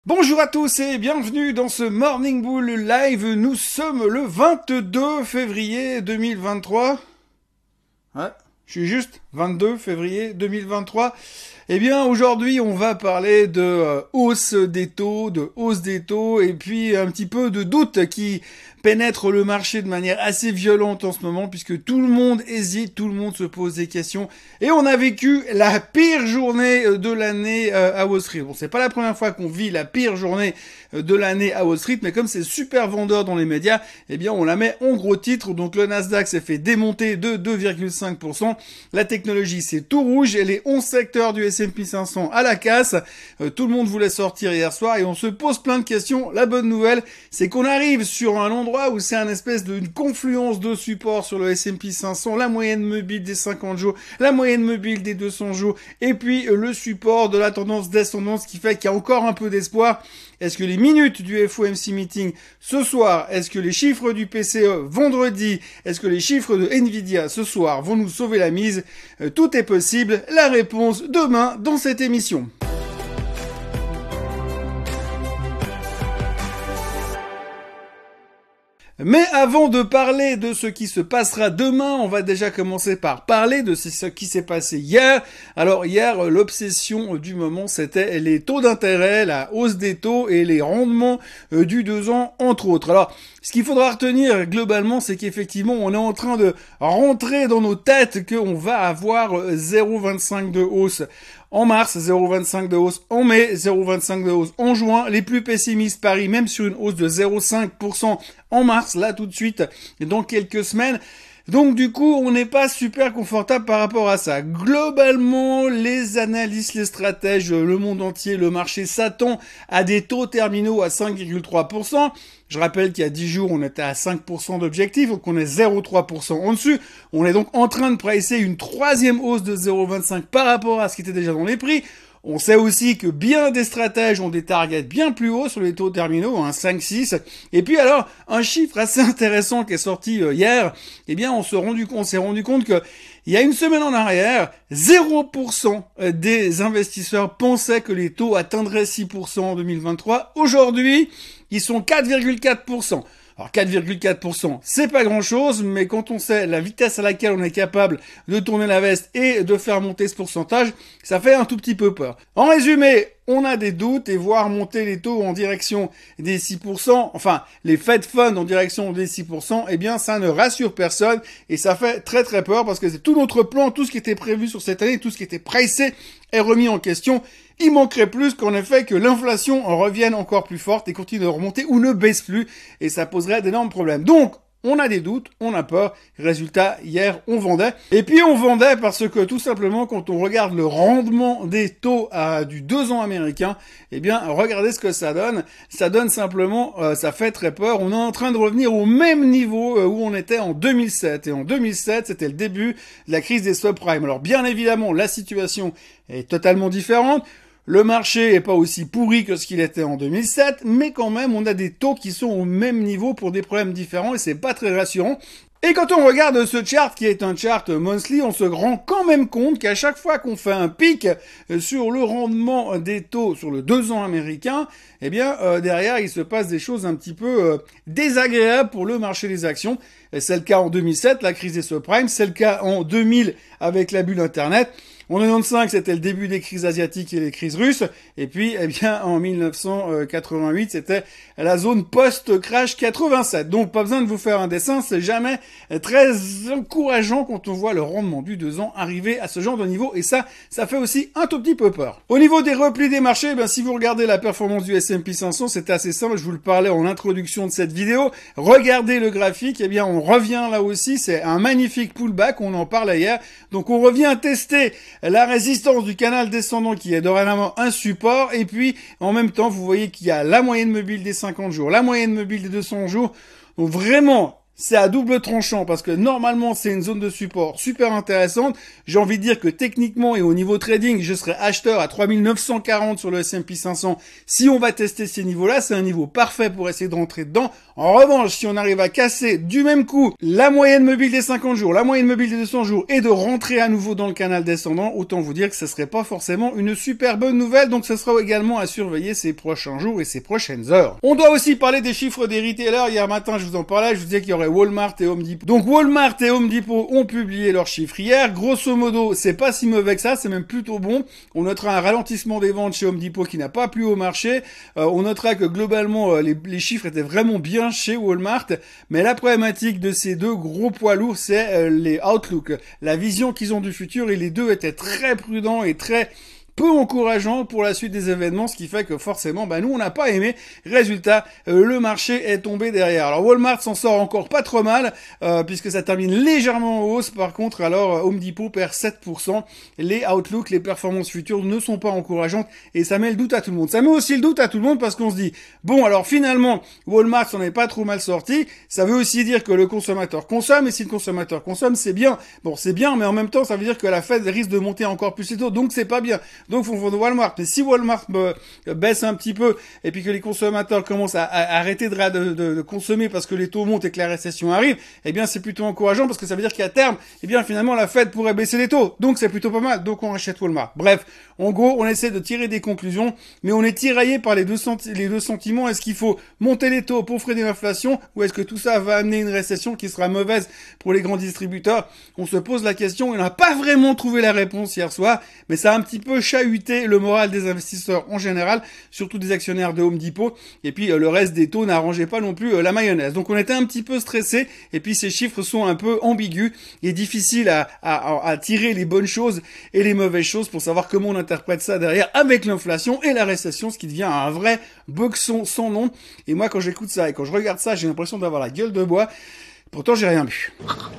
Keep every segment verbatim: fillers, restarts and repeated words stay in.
Bonjour à tous et bienvenue dans ce Morning Bull Live. Nous sommes le vingt-deux février deux mille vingt-trois. Ouais, je suis juste vingt-deux février deux mille vingt-trois. Eh bien, aujourd'hui, on va parler de euh, hausse des taux, de hausse des taux et puis un petit peu de doute qui pénètre le marché de manière assez violente en ce moment puisque tout le monde hésite, tout le monde se pose des questions et on a vécu la pire journée de l'année à Wall Street. Bon, c'est pas la première fois qu'on vit la pire journée de l'année à Wall Street, mais comme c'est super vendeur dans les médias, eh bien, on la met en gros titre. Donc, le Nasdaq s'est fait démonter de deux virgule cinq pour cent. La technologie, c'est tout rouge et les onze secteurs du S and P cinq cents à la casse. Euh, tout le monde voulait sortir hier soir et on se pose plein de questions. La bonne nouvelle, c'est qu'on arrive sur un endroit où c'est un espèce d'une confluence de support sur le S and P cinq cents, la moyenne mobile des cinquante jours, la moyenne mobile des deux cents jours et puis euh, le support de la tendance descendante, ce qui fait qu'il y a encore un peu d'espoir. Est-ce que les minutes du F O M C meeting ce soir, est-ce que les chiffres du P C E vendredi, est-ce que les chiffres de Nvidia ce soir vont nous sauver la mise? euh, Tout est possible. La réponse demain dans cette émission. Mais avant de parler de ce qui se passera demain, on va déjà commencer par parler de ce qui s'est passé hier. Alors hier, l'obsession du moment, c'était les taux d'intérêt, la hausse des taux et les rendements du deux ans, entre autres. Alors, ce qu'il faudra retenir globalement, c'est qu'effectivement, on est en train de rentrer dans nos têtes qu'on va avoir zéro virgule vingt-cinq de hausse en mars, zéro virgule vingt-cinq de hausse en mai, zéro virgule vingt-cinq de hausse en juin. Les plus pessimistes parient même sur une hausse de zéro virgule cinq pour cent en mars, là tout de suite, dans quelques semaines. Donc du coup, on n'est pas super confortable par rapport à ça. Globalement, les analystes, les stratèges, le monde entier, le marché s'attend à des taux terminaux à cinq virgule trois pour cent. Je rappelle qu'il y a dix jours, on était à cinq pour cent d'objectif, donc on est zéro virgule trois pour cent en dessus. On est donc en train de pricer une troisième hausse de zéro virgule vingt-cinq par rapport à ce qui était déjà dans les prix. On sait aussi que bien des stratèges ont des targets bien plus hauts sur les taux terminaux, hein, cinq six. Et puis alors, un chiffre assez intéressant qui est sorti euh, hier, eh bien, on s'est rendu, on s'est rendu compte que il y a une semaine en arrière, zéro pour cent des investisseurs pensaient que les taux atteindraient six pour cent en deux mille vingt-trois. Aujourd'hui, ils sont quatre virgule quatre pour cent. Alors quatre virgule quatre pour cent, c'est pas grand-chose, mais quand on sait la vitesse à laquelle on est capable de tourner la veste et de faire monter ce pourcentage, ça fait un tout petit peu peur. En résumé, on a des doutes et voir monter les taux en direction des six pour cent, enfin les Fed Funds en direction des six pour cent, eh bien ça ne rassure personne et ça fait très très peur parce que c'est tout notre plan, tout ce qui était prévu sur cette année, tout ce qui était pricé est remis en question. Il manquerait plus qu'en effet que l'inflation en revienne encore plus forte et continue de remonter ou ne baisse plus et ça poserait d'énormes problèmes. Donc, on a des doutes, on a peur. Résultat, hier, on vendait. Et puis, on vendait parce que, tout simplement, quand on regarde le rendement des taux à du deux ans américain, eh bien, regardez ce que ça donne. Ça donne simplement, euh, ça fait très peur. On est en train de revenir au même niveau euh, où on était en deux mille sept. Et en deux mille sept, c'était le début de la crise des subprimes. Alors, bien évidemment, la situation est totalement différente. Le marché est pas aussi pourri que ce qu'il était en deux mille sept, mais quand même, on a des taux qui sont au même niveau pour des problèmes différents et c'est pas très rassurant. Et quand on regarde ce chart qui est un chart monthly, on se rend quand même compte qu'à chaque fois qu'on fait un pic sur le rendement des taux sur le deux ans américain, eh bien euh, derrière il se passe des choses un petit peu euh, désagréables pour le marché des actions. Et c'est le cas en deux mille sept, la crise des subprimes, c'est le cas en deux mille avec la bulle Internet. En quatre-vingt-quinze, c'était le début des crises asiatiques et les crises russes. Et puis, eh bien, en mille neuf cent quatre-vingt-huit, c'était la zone post-crash quatre-vingt-sept. Donc, pas besoin de vous faire un dessin. C'est jamais très encourageant quand on voit le rendement du deux ans arriver à ce genre de niveau. Et ça, ça fait aussi un tout petit peu peur. Au niveau des replis des marchés, ben, si vous regardez la performance du S and P cinq cents, c'est assez simple. Je vous le parlais en introduction de cette vidéo. Regardez le graphique. Eh bien, on revient là aussi. C'est un magnifique pullback. On en parlait hier. Donc, on revient tester la résistance du canal descendant qui est dorénavant un support et puis en même temps vous voyez qu'il y a la moyenne mobile des cinquante jours, la moyenne mobile des deux cents jours. Donc vraiment c'est à double tranchant parce que normalement c'est une zone de support super intéressante. J'ai envie de dire que techniquement et au niveau trading, je serais acheteur à trois mille neuf cent quarante sur le S and P cinq cents. Si on va tester ces niveaux-là, c'est un niveau parfait pour essayer de rentrer dedans. En revanche, si on arrive à casser du même coup la moyenne mobile des cinquante jours, la moyenne mobile des deux cents jours et de rentrer à nouveau dans le canal descendant, autant vous dire que ce serait pas forcément une super bonne nouvelle. Donc ce sera également à surveiller ces prochains jours et ces prochaines heures. On doit aussi parler des chiffres des retailers. Hier matin, je vous en parlais, je vous disais qu'il y aurait Walmart et Home Depot. Donc Walmart et Home Depot ont publié leurs chiffres hier. Grosso modo, c'est pas si mauvais que ça, c'est même plutôt bon. On notera un ralentissement des ventes chez Home Depot qui n'a pas plu au marché. Euh, on notera que globalement, euh, les, les chiffres étaient vraiment bien chez Walmart. Mais la problématique de ces deux gros poids lourds, c'est euh, les outlook, la vision qu'ils ont du futur. Et les deux étaient très prudents et très peu encourageant pour la suite des événements, ce qui fait que forcément, bah nous on n'a pas aimé. Résultat, euh, le marché est tombé derrière. Alors Walmart s'en sort encore pas trop mal, euh, puisque ça termine légèrement en hausse. Par contre, alors Home Depot perd sept pour cent. Les outlooks, les performances futures ne sont pas encourageantes et ça met le doute à tout le monde. Ça met aussi le doute à tout le monde parce qu'on se dit, bon alors finalement, Walmart s'en est pas trop mal sorti. Ça veut aussi dire que le consommateur consomme, et si le consommateur consomme, c'est bien. Bon, c'est bien, mais en même temps, ça veut dire que la Fed risque de monter encore plus les taux, donc c'est pas bien. Donc, faut vendre Walmart. Mais si Walmart euh, baisse un petit peu et puis que les consommateurs commencent à, à arrêter de, de, de, de consommer parce que les taux montent et que la récession arrive, eh bien, c'est plutôt encourageant parce que ça veut dire qu'à terme, eh bien, finalement, la Fed pourrait baisser les taux. Donc, c'est plutôt pas mal. Donc, on achète Walmart. Bref, en gros, on essaie de tirer des conclusions, mais on est tiraillé par les deux, senti- les deux sentiments. Est-ce qu'il faut monter les taux pour freiner l'inflation ou est-ce que tout ça va amener une récession qui sera mauvaise pour les grands distributeurs? On se pose la question. On n'a pas vraiment trouvé la réponse hier soir, mais ça a un petit peu chahuté le moral des investisseurs en général, surtout des actionnaires de Home Depot, et puis euh, le reste des taux n'arrangeait pas non plus euh, la mayonnaise. Donc on était un petit peu stressé, et puis ces chiffres sont un peu ambigus et difficiles à, à, à tirer les bonnes choses et les mauvaises choses pour savoir comment on interprète ça derrière avec l'inflation et la récession, ce qui devient un vrai boxon sans nom. Et moi quand j'écoute ça et quand je regarde ça, j'ai l'impression d'avoir la gueule de bois. Pourtant j'ai rien bu.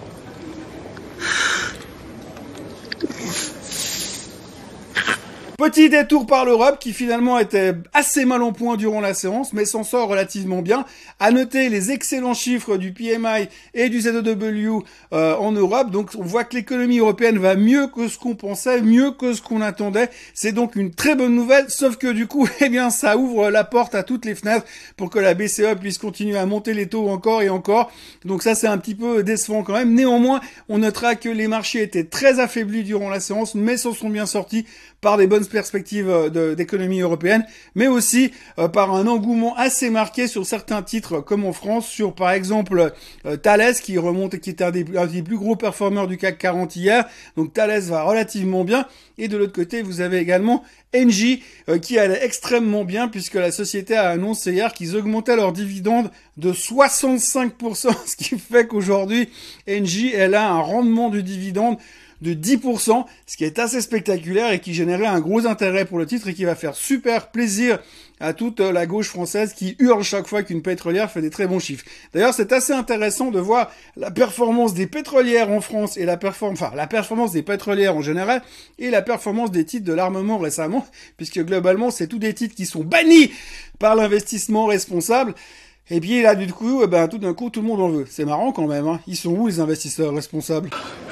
Petit détour par l'Europe qui finalement était assez mal en point durant la séance, mais s'en sort relativement bien. À noter les excellents chiffres du P M I et du Z E W euh, en Europe. Donc on voit que l'économie européenne va mieux que ce qu'on pensait, mieux que ce qu'on attendait. C'est donc une très bonne nouvelle, sauf que du coup, eh bien, ça ouvre la porte à toutes les fenêtres pour que la B C E puisse continuer à monter les taux encore et encore. Donc ça, c'est un petit peu décevant quand même. Néanmoins, on notera que les marchés étaient très affaiblis durant la séance, mais s'en sont bien sortis par des bonnes perspectives de, d'économie européenne, mais aussi euh, par un engouement assez marqué sur certains titres, comme en France, sur par exemple euh, Thales, qui remonte et qui était un des, un des plus gros performeurs du C A C quarante hier. Donc Thales va relativement bien. Et de l'autre côté, vous avez également Engie, euh, qui allait extrêmement bien, puisque la société a annoncé hier qu'ils augmentaient leurs dividendes de soixante-cinq pour cent, ce qui fait qu'aujourd'hui, Engie, elle a un rendement du dividende de dix pour cent, ce qui est assez spectaculaire et qui générait un gros intérêt pour le titre et qui va faire super plaisir à toute la gauche française qui hurle chaque fois qu'une pétrolière fait des très bons chiffres. D'ailleurs, c'est assez intéressant de voir la performance des pétrolières en France et la performance, enfin, la performance des pétrolières en général et la performance des titres de l'armement récemment, puisque globalement, c'est tous des titres qui sont bannis par l'investissement responsable. Et puis là, du coup, eh ben, tout d'un coup, tout le monde en veut. C'est marrant quand même, hein. Ils sont où les investisseurs responsables?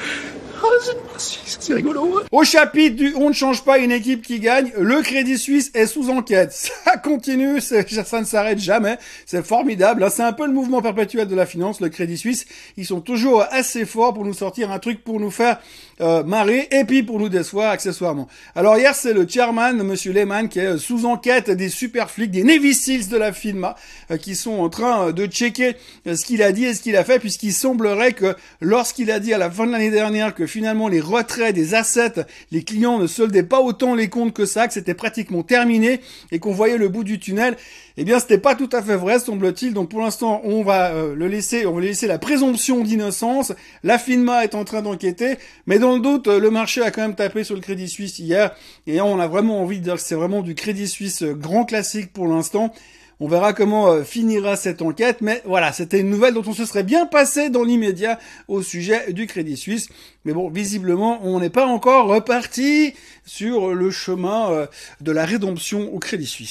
C'est rigolo. Au chapitre du on ne change pas une équipe qui gagne, le Crédit Suisse est sous enquête. Ça continue, ça ne s'arrête jamais. C'est formidable. Hein. C'est un peu le mouvement perpétuel de la finance, le Crédit Suisse. Ils sont toujours assez forts pour nous sortir un truc pour nous faire euh, marrer et puis pour nous décevoir accessoirement. Alors hier, c'est le chairman, monsieur Lehman, qui est sous enquête des super flics, des Navy Seals de la FINMA, euh, qui sont en train de checker euh, ce qu'il a dit et ce qu'il a fait, puisqu'il semblerait que lorsqu'il a dit à la fin de l'année dernière que finalement les retraits des assets, les clients ne soldaient pas autant les comptes que ça, que c'était pratiquement terminé et qu'on voyait le bout du tunnel, eh bien c'était pas tout à fait vrai, semble-t-il. Donc pour l'instant, on va euh, le laisser, on va lui laisser la présomption d'innocence. La FINMA est en train d'enquêter, mais dans le doute, le marché a quand même tapé sur le Crédit Suisse hier et on a vraiment envie de dire que c'est vraiment du Crédit Suisse grand classique pour l'instant. On verra comment euh, finira cette enquête, mais voilà, c'était une nouvelle dont on se serait bien passé dans l'immédiat au sujet du Crédit Suisse. Mais bon, visiblement, on n'est pas encore reparti sur le chemin euh, de la rédemption au Crédit Suisse.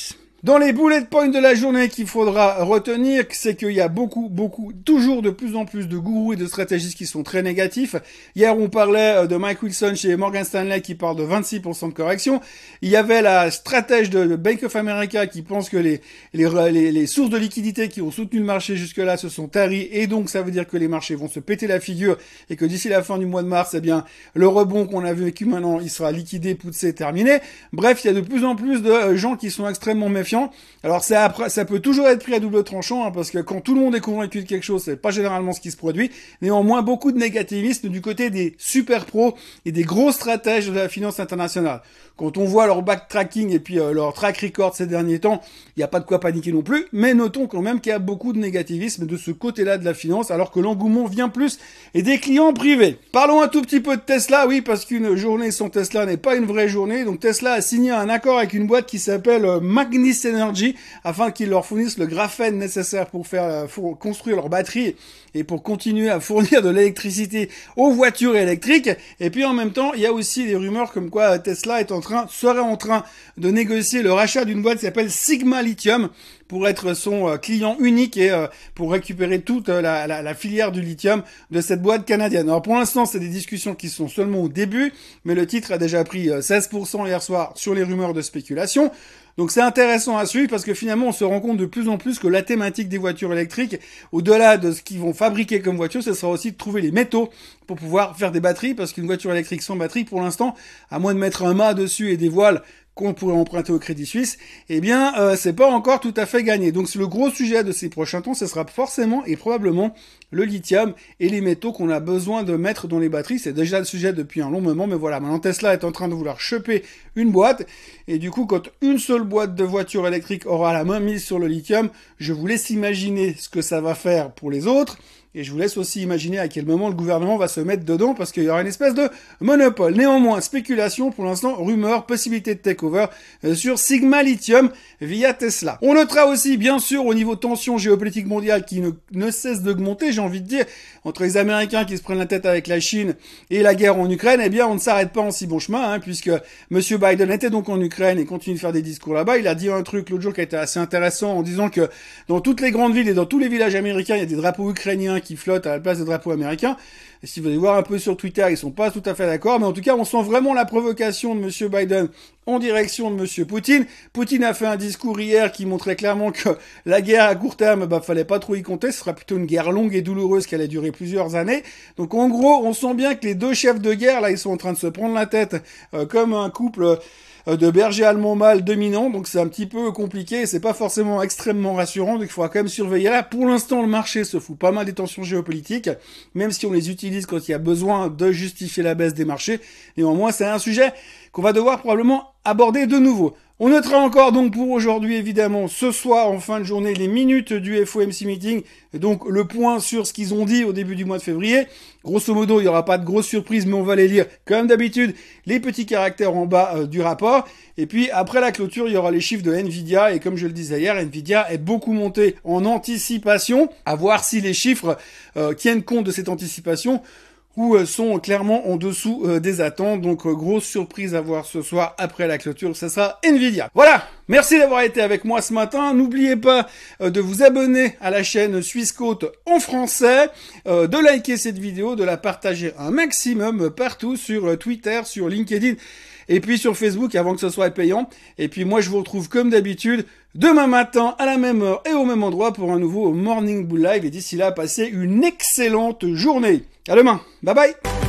Dans les bullet points de la journée qu'il faudra retenir, c'est qu'il y a beaucoup, beaucoup, toujours de plus en plus de gourous et de stratégistes qui sont très négatifs. Hier, on parlait de Mike Wilson chez Morgan Stanley qui parle de vingt-six pour cent de correction. Il y avait la stratège de Bank of America qui pense que les, les, les, les sources de liquidité qui ont soutenu le marché jusque-là se sont taries et donc ça veut dire que les marchés vont se péter la figure et que d'ici la fin du mois de mars, eh bien, le rebond qu'on a vécu maintenant, il sera liquidé, poussé, terminé. Bref, il y a de plus en plus de gens qui sont extrêmement méfiants. Alors ça, après, ça peut toujours être pris à double tranchant, hein, parce que quand tout le monde est convaincu de quelque chose, c'est pas généralement ce qui se produit. Néanmoins, beaucoup de négativisme du côté des super pros et des gros stratèges de la finance internationale. Quand on voit leur backtracking et puis euh, leur track record ces derniers temps, il n'y a pas de quoi paniquer non plus. Mais notons quand même qu'il y a beaucoup de négativisme de ce côté-là de la finance, alors que l'engouement vient plus et des clients privés. Parlons un tout petit peu de Tesla, oui, parce qu'une journée sans Tesla n'est pas une vraie journée. Donc Tesla a signé un accord avec une boîte qui s'appelle euh, Magnis Energy afin qu'ils leur fournissent le graphène nécessaire pour faire pour construire leur batterie et pour continuer à fournir de l'électricité aux voitures électriques. Et puis en même temps, il y a aussi des rumeurs comme quoi Tesla est en train, serait en train de négocier le rachat d'une boîte qui s'appelle Sigma Lithium pour être son client unique et pour récupérer toute la, la, la filière du lithium de cette boîte canadienne. Alors pour l'instant, c'est des discussions qui sont seulement au début, mais le titre a déjà pris seize pour cent hier soir sur les rumeurs de spéculation. Donc c'est intéressant à suivre parce que finalement on se rend compte de plus en plus que la thématique des voitures électriques, au-delà de ce qu'ils vont fabriquer comme voiture, ce sera aussi de trouver les métaux pour pouvoir faire des batteries, parce qu'une voiture électrique sans batterie, pour l'instant, à moins de mettre un mât dessus et des voiles qu'on pourrait emprunter au Crédit Suisse, eh bien, euh, c'est pas encore tout à fait gagné. Donc, c'est le gros sujet de ces prochains temps, ce sera forcément et probablement le lithium et les métaux qu'on a besoin de mettre dans les batteries. C'est déjà le sujet depuis un long moment, mais voilà, maintenant Tesla est en train de vouloir choper une boîte, et du coup, quand une seule boîte de voitures électriques aura la main mise sur le lithium, je vous laisse imaginer ce que ça va faire pour les autres. Et je vous laisse aussi imaginer à quel moment le gouvernement va se mettre dedans, parce qu'il y aura une espèce de monopole. Néanmoins, spéculation, pour l'instant, rumeur, possibilité de takeover euh, sur Sigma Lithium via Tesla. On notera aussi, bien sûr, au niveau de tension géopolitique mondiale qui ne, ne cesse d'augmenter, j'ai envie de dire, entre les Américains qui se prennent la tête avec la Chine et la guerre en Ukraine, eh bien, on ne s'arrête pas en si bon chemin, hein, puisque Monsieur Biden était donc en Ukraine et continue de faire des discours là-bas. Il a dit un truc l'autre jour qui a été assez intéressant en disant que dans toutes les grandes villes et dans tous les villages américains, il y a des drapeaux ukrainiens qui flottent à la place des drapeaux américains. Et si vous allez voir un peu sur Twitter, ils sont pas tout à fait d'accord, mais en tout cas, on sent vraiment la provocation de Monsieur Biden en direction de Monsieur Poutine. Poutine a fait un discours hier qui montrait clairement que la guerre à court terme, bah, fallait pas trop y compter, ce sera plutôt une guerre longue et douloureuse qui allait durer plusieurs années. Donc, en gros, on sent bien que les deux chefs de guerre, là, ils sont en train de se prendre la tête euh, comme un couple de bergers allemands mâles dominants, donc c'est un petit peu compliqué, c'est pas forcément extrêmement rassurant, donc il faudra quand même surveiller là. Pour l'instant, le marché se fout pas mal des tensions géopolitiques, même si on les utilise quand il y a besoin de justifier la baisse des marchés. Néanmoins, c'est un sujet qu'on va devoir probablement aborder de nouveau. On notera encore donc pour aujourd'hui évidemment ce soir en fin de journée les minutes du F O M C meeting, et donc le point sur ce qu'ils ont dit au début du mois de février. Grosso modo, il n'y aura pas de grosses surprises, mais on va les lire comme d'habitude, les petits caractères en bas euh, du rapport. Et puis après la clôture, il y aura les chiffres de Nvidia, et comme je le disais hier, Nvidia est beaucoup monté en anticipation, à voir si les chiffres euh, tiennent compte de cette anticipation ou sont clairement en dessous euh, des attentes. Donc, euh, grosse surprise à voir ce soir après la clôture, ça sera Nvidia. Voilà, merci d'avoir été avec moi ce matin. N'oubliez pas euh, de vous abonner à la chaîne Suisse Côte en français, euh, de liker cette vidéo, de la partager un maximum partout sur euh, Twitter, sur LinkedIn, et puis sur Facebook avant que ce soit payant. Et puis moi, je vous retrouve comme d'habitude demain matin à la même heure et au même endroit pour un nouveau Morning Bull Live. Et d'ici là, passez une excellente journée. À demain. Bye bye.